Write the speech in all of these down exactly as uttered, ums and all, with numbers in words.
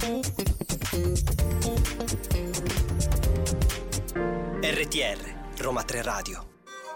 R T R, Roma tre Radio.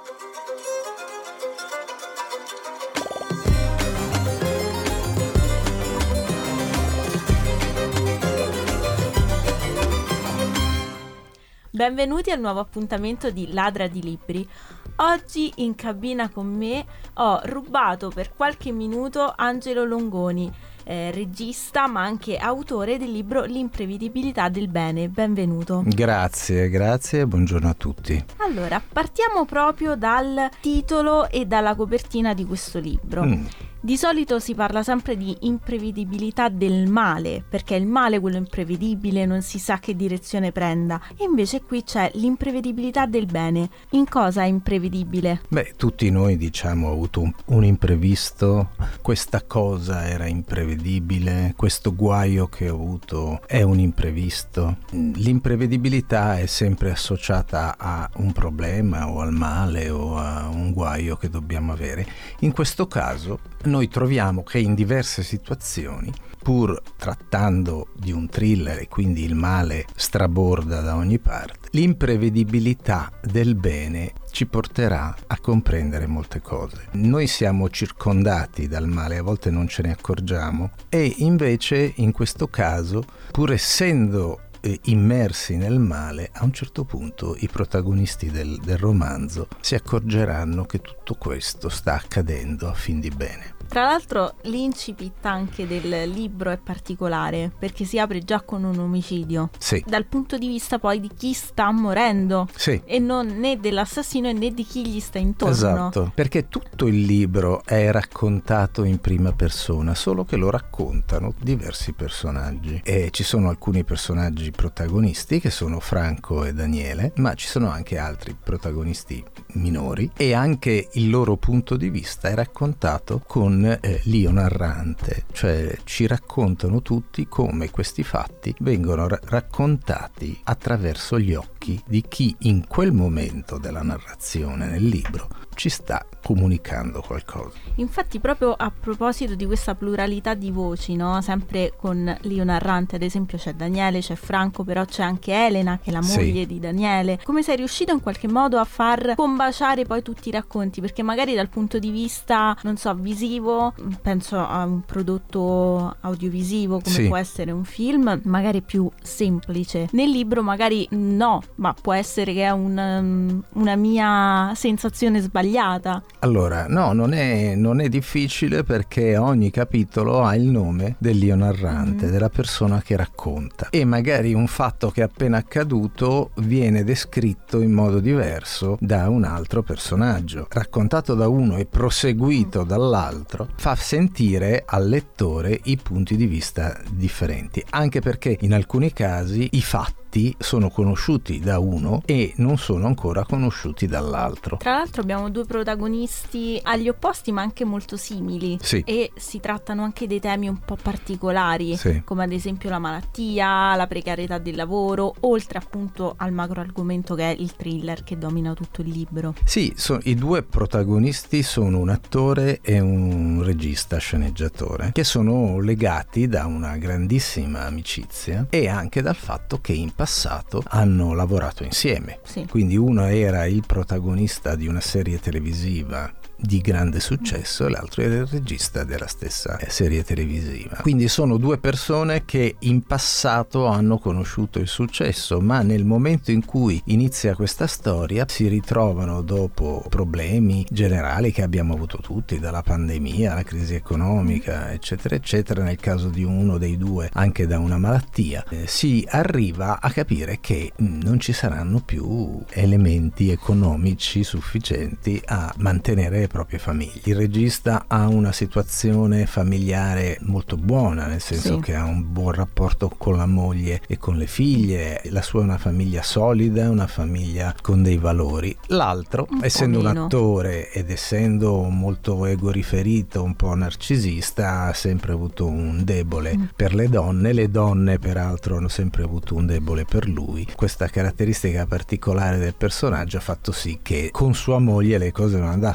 Benvenuti al nuovo appuntamento di Ladra di Libri. Oggi in cabina con me ho rubato per qualche minuto Angelo Longoni, eh, regista ma anche autore del libro L'imprevedibilità del bene. Benvenuto. Grazie, grazie, buongiorno a tutti. Allora, partiamo proprio dal titolo e dalla copertina di questo libro. Mm. Di solito si parla sempre di imprevedibilità del male, perché il male, quello imprevedibile, non si sa che direzione prenda. E invece qui c'è l'imprevedibilità del bene. In cosa è imprevedibile? Beh, tutti noi diciamo ho avuto un, un imprevisto, questa cosa era imprevedibile, questo guaio che ho avuto è un imprevisto. L'imprevedibilità è sempre associata a un problema o al male o a un guaio che dobbiamo avere. In questo caso noi troviamo che in diverse situazioni, pur trattando di un thriller e quindi il male straborda da ogni parte, l'imprevedibilità del bene ci porterà a comprendere molte cose. Noi siamo circondati dal male, a volte non ce ne accorgiamo, e invece in questo caso, pur essendo immersi nel male, a un certo punto i protagonisti del, del romanzo si accorgeranno che tutto questo sta accadendo a fin di bene. Tra l'altro l'incipit anche del libro è particolare, perché si apre già con un omicidio. Sì. Dal punto di vista poi di chi sta morendo. Sì. E non né dell'assassino né di chi gli sta intorno. Esatto, perché tutto il libro è raccontato in prima persona, solo che lo raccontano diversi personaggi. E ci sono alcuni personaggi protagonisti che sono Franco e Daniele, ma ci sono anche altri protagonisti minori e anche il loro punto di vista è raccontato con eh, l'io narrante, cioè ci raccontano tutti come questi fatti vengono ra- raccontati attraverso gli occhi di chi in quel momento della narrazione nel libro ci sta comunicando qualcosa. Infatti, proprio a proposito di questa pluralità di voci, no? Sempre con l'io narrante, ad esempio c'è Daniele, c'è Franco, però c'è anche Elena che è la moglie sì. di Daniele. Come sei riuscito in qualche modo a far combaciare poi tutti i racconti? Perché magari dal punto di vista, non so, visivo, penso a un prodotto audiovisivo come sì. può essere un film, magari più semplice. Nel libro magari no, ma può essere che è un, una mia sensazione sbagliata. Allora, no, non è, non è difficile, perché ogni capitolo ha il nome dell'io narrante, mm. della persona che racconta, e magari un fatto che è appena accaduto viene descritto in modo diverso da un altro personaggio, raccontato da uno e proseguito mm. dall'altro, fa sentire al lettore i punti di vista differenti, anche perché in alcuni casi i fatti sono conosciuti da uno e non sono ancora conosciuti dall'altro. Tra l'altro abbiamo due protagonisti agli opposti ma anche molto simili sì. e si trattano anche dei temi un po' particolari sì. come ad esempio la malattia, la precarietà del lavoro, oltre appunto al macro argomento che è il thriller che domina tutto il libro. Sì, so, i due protagonisti sono un attore e un regista sceneggiatore che sono legati da una grandissima amicizia e anche dal fatto che in passato hanno lavorato insieme. Sì. Quindi uno era il protagonista di una serie televisiva di grande successo e l'altro era il regista della stessa serie televisiva. Quindi sono due persone che in passato hanno conosciuto il successo, ma nel momento in cui inizia questa storia si ritrovano dopo problemi generali che abbiamo avuto tutti, dalla pandemia alla crisi economica eccetera eccetera, nel caso di uno dei due anche da una malattia, eh, si arriva a capire che mh, non ci saranno più elementi economici sufficienti a mantenere le proprie famiglie. Il regista ha una situazione familiare molto buona, nel senso sì. che ha un buon rapporto con la moglie e con le figlie, la sua è una famiglia solida, una famiglia con dei valori. L'altro, un essendo un attore ed essendo molto egoriferito, un po' narcisista, ha sempre avuto un debole mm. per le donne. Le donne peraltro hanno sempre avuto un debole per lui. Questa caratteristica particolare del personaggio ha fatto sì che con sua moglie le cose non andassero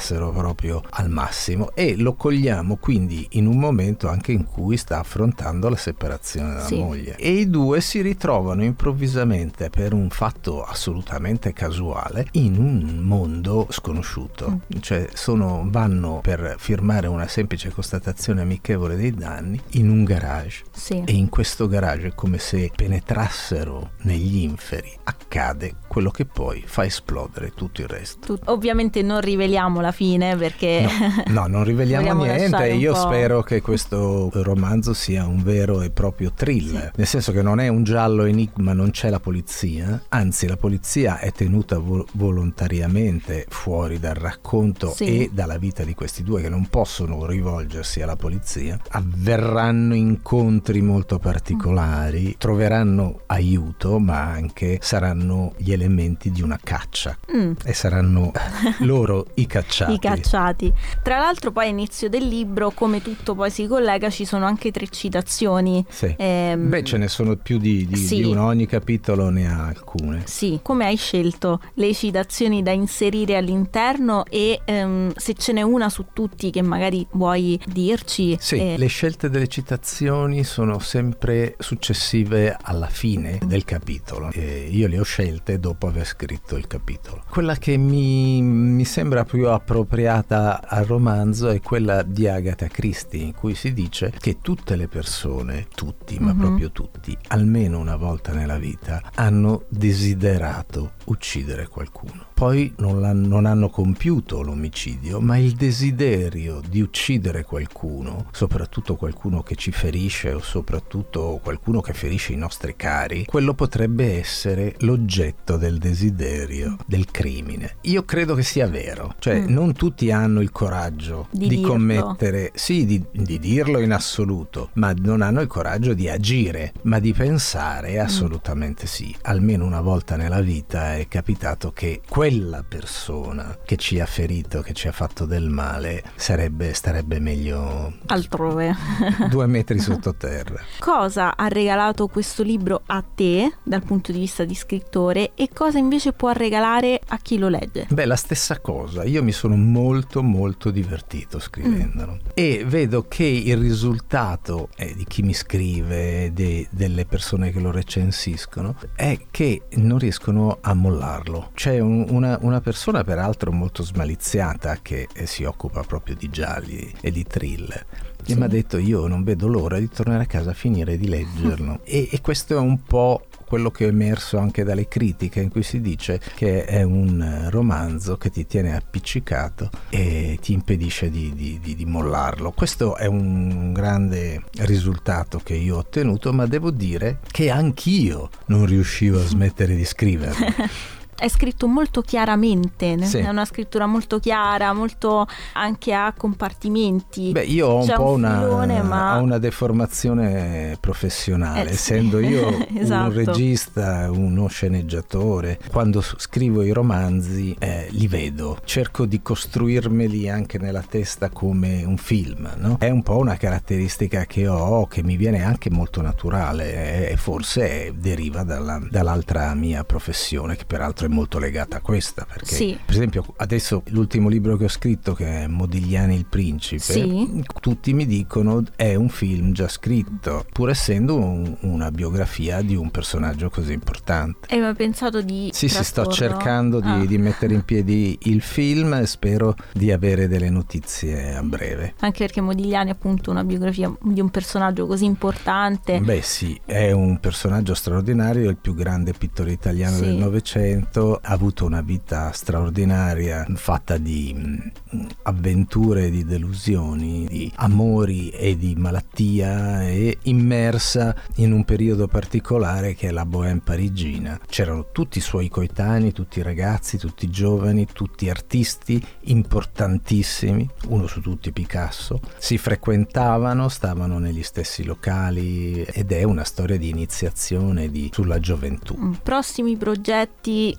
proprio al massimo, e lo cogliamo quindi in un momento anche in cui sta affrontando la separazione dalla sì. moglie, e i due si ritrovano improvvisamente, per un fatto assolutamente casuale, in un mondo sconosciuto. Mm. Cioè sono, vanno per firmare una semplice constatazione amichevole dei danni in un garage, sì. e in questo garage è come se penetrassero negli inferi. Accade quello che poi fa esplodere tutto il resto. Tu, ovviamente non riveliamo la fine, perché no, no non riveliamo niente. Io po'... spero che questo romanzo sia un vero e proprio thriller, sì. nel senso che non è un giallo enigma, non c'è la polizia, anzi la polizia è tenuta vo- volontariamente fuori dal racconto, sì. e dalla vita di questi due che non possono rivolgersi alla polizia. Avverranno incontri molto particolari, mm. troveranno aiuto, ma anche saranno gli elementi di una caccia, mm. e saranno loro i cacciati. I cacciati. Tra l'altro poi all'inizio del libro, come tutto poi si collega, ci sono anche tre citazioni. Sì. Ehm, Beh, ce ne sono più di, di, sì. di uno, ogni capitolo ne ha alcune. Sì, come hai scelto le citazioni da inserire all'interno, e ehm, se ce n'è una su tutti che magari vuoi dirci? Sì, eh. le scelte delle citazioni sono sempre successive alla fine del capitolo. E io le ho scelte dopo aver scritto il capitolo. Quella che mi, mi sembra più appropriata al romanzo è quella di Agatha Christie, in cui si dice che tutte le persone, tutti, ma mm-hmm. proprio tutti, almeno una volta nella vita hanno desiderato uccidere qualcuno. Poi non, non hanno compiuto l'omicidio, ma il desiderio di uccidere qualcuno, soprattutto qualcuno che ci ferisce o soprattutto qualcuno che ferisce i nostri cari, quello potrebbe essere l'oggetto del desiderio, del crimine. Io credo che sia vero, cioè mm. non tutti hanno il coraggio di, di commettere, sì, di, di dirlo in assoluto, ma non hanno il coraggio di agire, ma di pensare assolutamente mm. sì. Almeno una volta nella vita è capitato che quella persona che ci ha ferito, che ci ha fatto del male, sarebbe, starebbe meglio altrove, due metri sottoterra. Cosa ha regalato questo libro a te dal punto di vista di scrittore, e cosa invece può regalare a chi lo legge? Beh, la stessa cosa. Io mi sono molto molto divertito scrivendolo, mm. e vedo che il risultato eh, di chi mi scrive, de, delle persone che lo recensiscono, è che non riescono a mollarlo. C'è un, una, una persona peraltro molto smaliziata che eh, si occupa proprio di gialli e di thriller, sì. e mi ha detto: io non vedo l'ora di tornare a casa a finire di leggerlo. e, e questo è un po' quello che è emerso anche dalle critiche, in cui si dice che è un romanzo che ti tiene appiccicato e ti impedisce di, di, di, di mollarlo. Questo è un grande risultato che io ho ottenuto, ma devo dire che anch'io non riuscivo a smettere di scriverlo. È scritto molto chiaramente, sì. è una scrittura molto chiara, molto anche a compartimenti. Beh, io ho un C'è po' un una, filone, ma... ho una deformazione professionale, eh, sì. essendo io esatto. un regista, uno sceneggiatore. Quando scrivo i romanzi eh, li vedo, cerco di costruirmeli anche nella testa come un film, no? È un po' una caratteristica che ho, che mi viene anche molto naturale, e forse deriva dalla, dall'altra mia professione, che peraltro è molto legata a questa, perché sì. per esempio adesso l'ultimo libro che ho scritto, che è Modigliani il principe, sì. tutti mi dicono è un film già scritto, pur essendo un, una biografia di un personaggio così importante. E hai pensato di sì sì sto cercando di, ah. di mettere in piedi il film, e spero di avere delle notizie a breve, anche perché Modigliani è appunto una biografia di un personaggio così importante. Beh sì, è un personaggio straordinario, il più grande pittore italiano sì. del Novecento, ha avuto una vita straordinaria, fatta di mh, avventure, di delusioni, di amori e di malattia, e immersa in un periodo particolare che è la Bohème parigina. C'erano tutti i suoi coetanei, tutti i ragazzi, tutti i giovani, tutti artisti importantissimi, uno su tutti Picasso, si frequentavano, stavano negli stessi locali, ed è una storia di iniziazione di, sulla gioventù. Prossimi progetti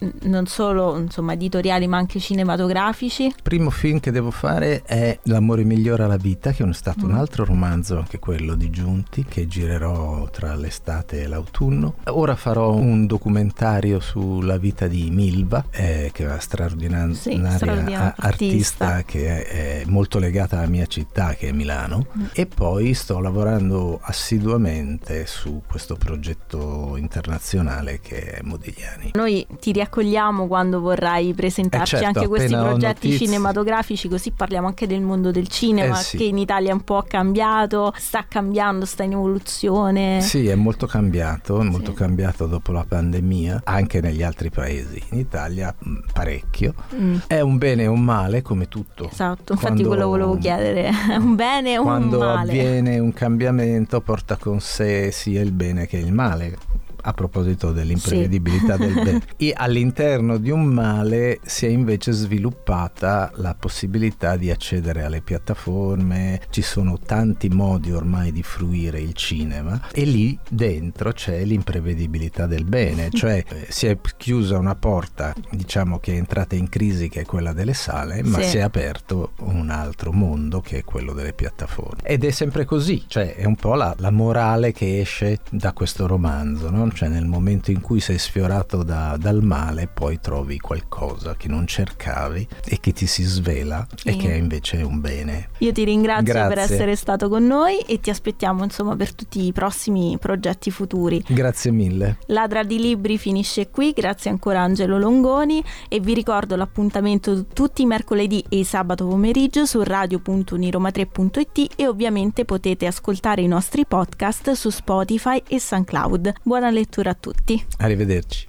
non solo insomma editoriali ma anche cinematografici. Il primo film che devo fare è L'amore migliora la vita, che è stato mm. un altro romanzo, anche quello di Giunti, che girerò tra l'estate e l'autunno. Ora farò un documentario sulla vita di Milva, eh, che è una straordinaria, sì, straordinaria artista, artista che è, è molto legata alla mia città, che è Milano. Mm. E poi sto lavorando assiduamente su questo progetto internazionale che è Modigliani. Noi ti riaccogliamo quando vorrai presentarci eh certo, anche questi progetti cinematografici, così parliamo anche del mondo del cinema, eh sì. che in Italia è un po' cambiato, sta cambiando, sta in evoluzione. Sì, è molto cambiato, è molto sì. cambiato dopo la pandemia, anche negli altri paesi. In Italia parecchio. Mm. È un bene e un male, come tutto. Esatto, infatti quando, quello volevo chiedere, è un bene o un male? Quando avviene un cambiamento porta con sé sia il bene che il male. A proposito dell'imprevedibilità sì. del bene, e all'interno di un male si è invece sviluppata la possibilità di accedere alle piattaforme. Ci sono tanti modi ormai di fruire il cinema, e lì dentro c'è l'imprevedibilità del bene, cioè eh, si è chiusa una porta, diciamo, che è entrata in crisi, che è quella delle sale, ma sì. si è aperto un altro mondo, che è quello delle piattaforme, ed è sempre così, cioè è un po' la, la morale che esce da questo romanzo, no? Cioè nel momento in cui sei sfiorato da, dal male, poi trovi qualcosa che non cercavi e che ti si svela sì. e che invece è un bene. Io ti ringrazio Grazie. per essere stato con noi e ti aspettiamo insomma per tutti i prossimi progetti futuri. Grazie mille. Ladra di libri finisce qui, grazie ancora a Angelo Longoni, e vi ricordo l'appuntamento tutti i mercoledì e sabato pomeriggio su radio punto uniroma tre punto it, e ovviamente potete ascoltare i nostri podcast su Spotify e SoundCloud. Buona lettura a tutti. Arrivederci.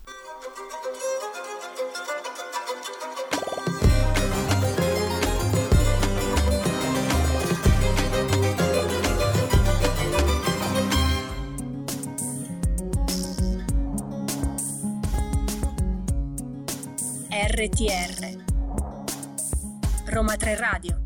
R T R Roma tre Radio.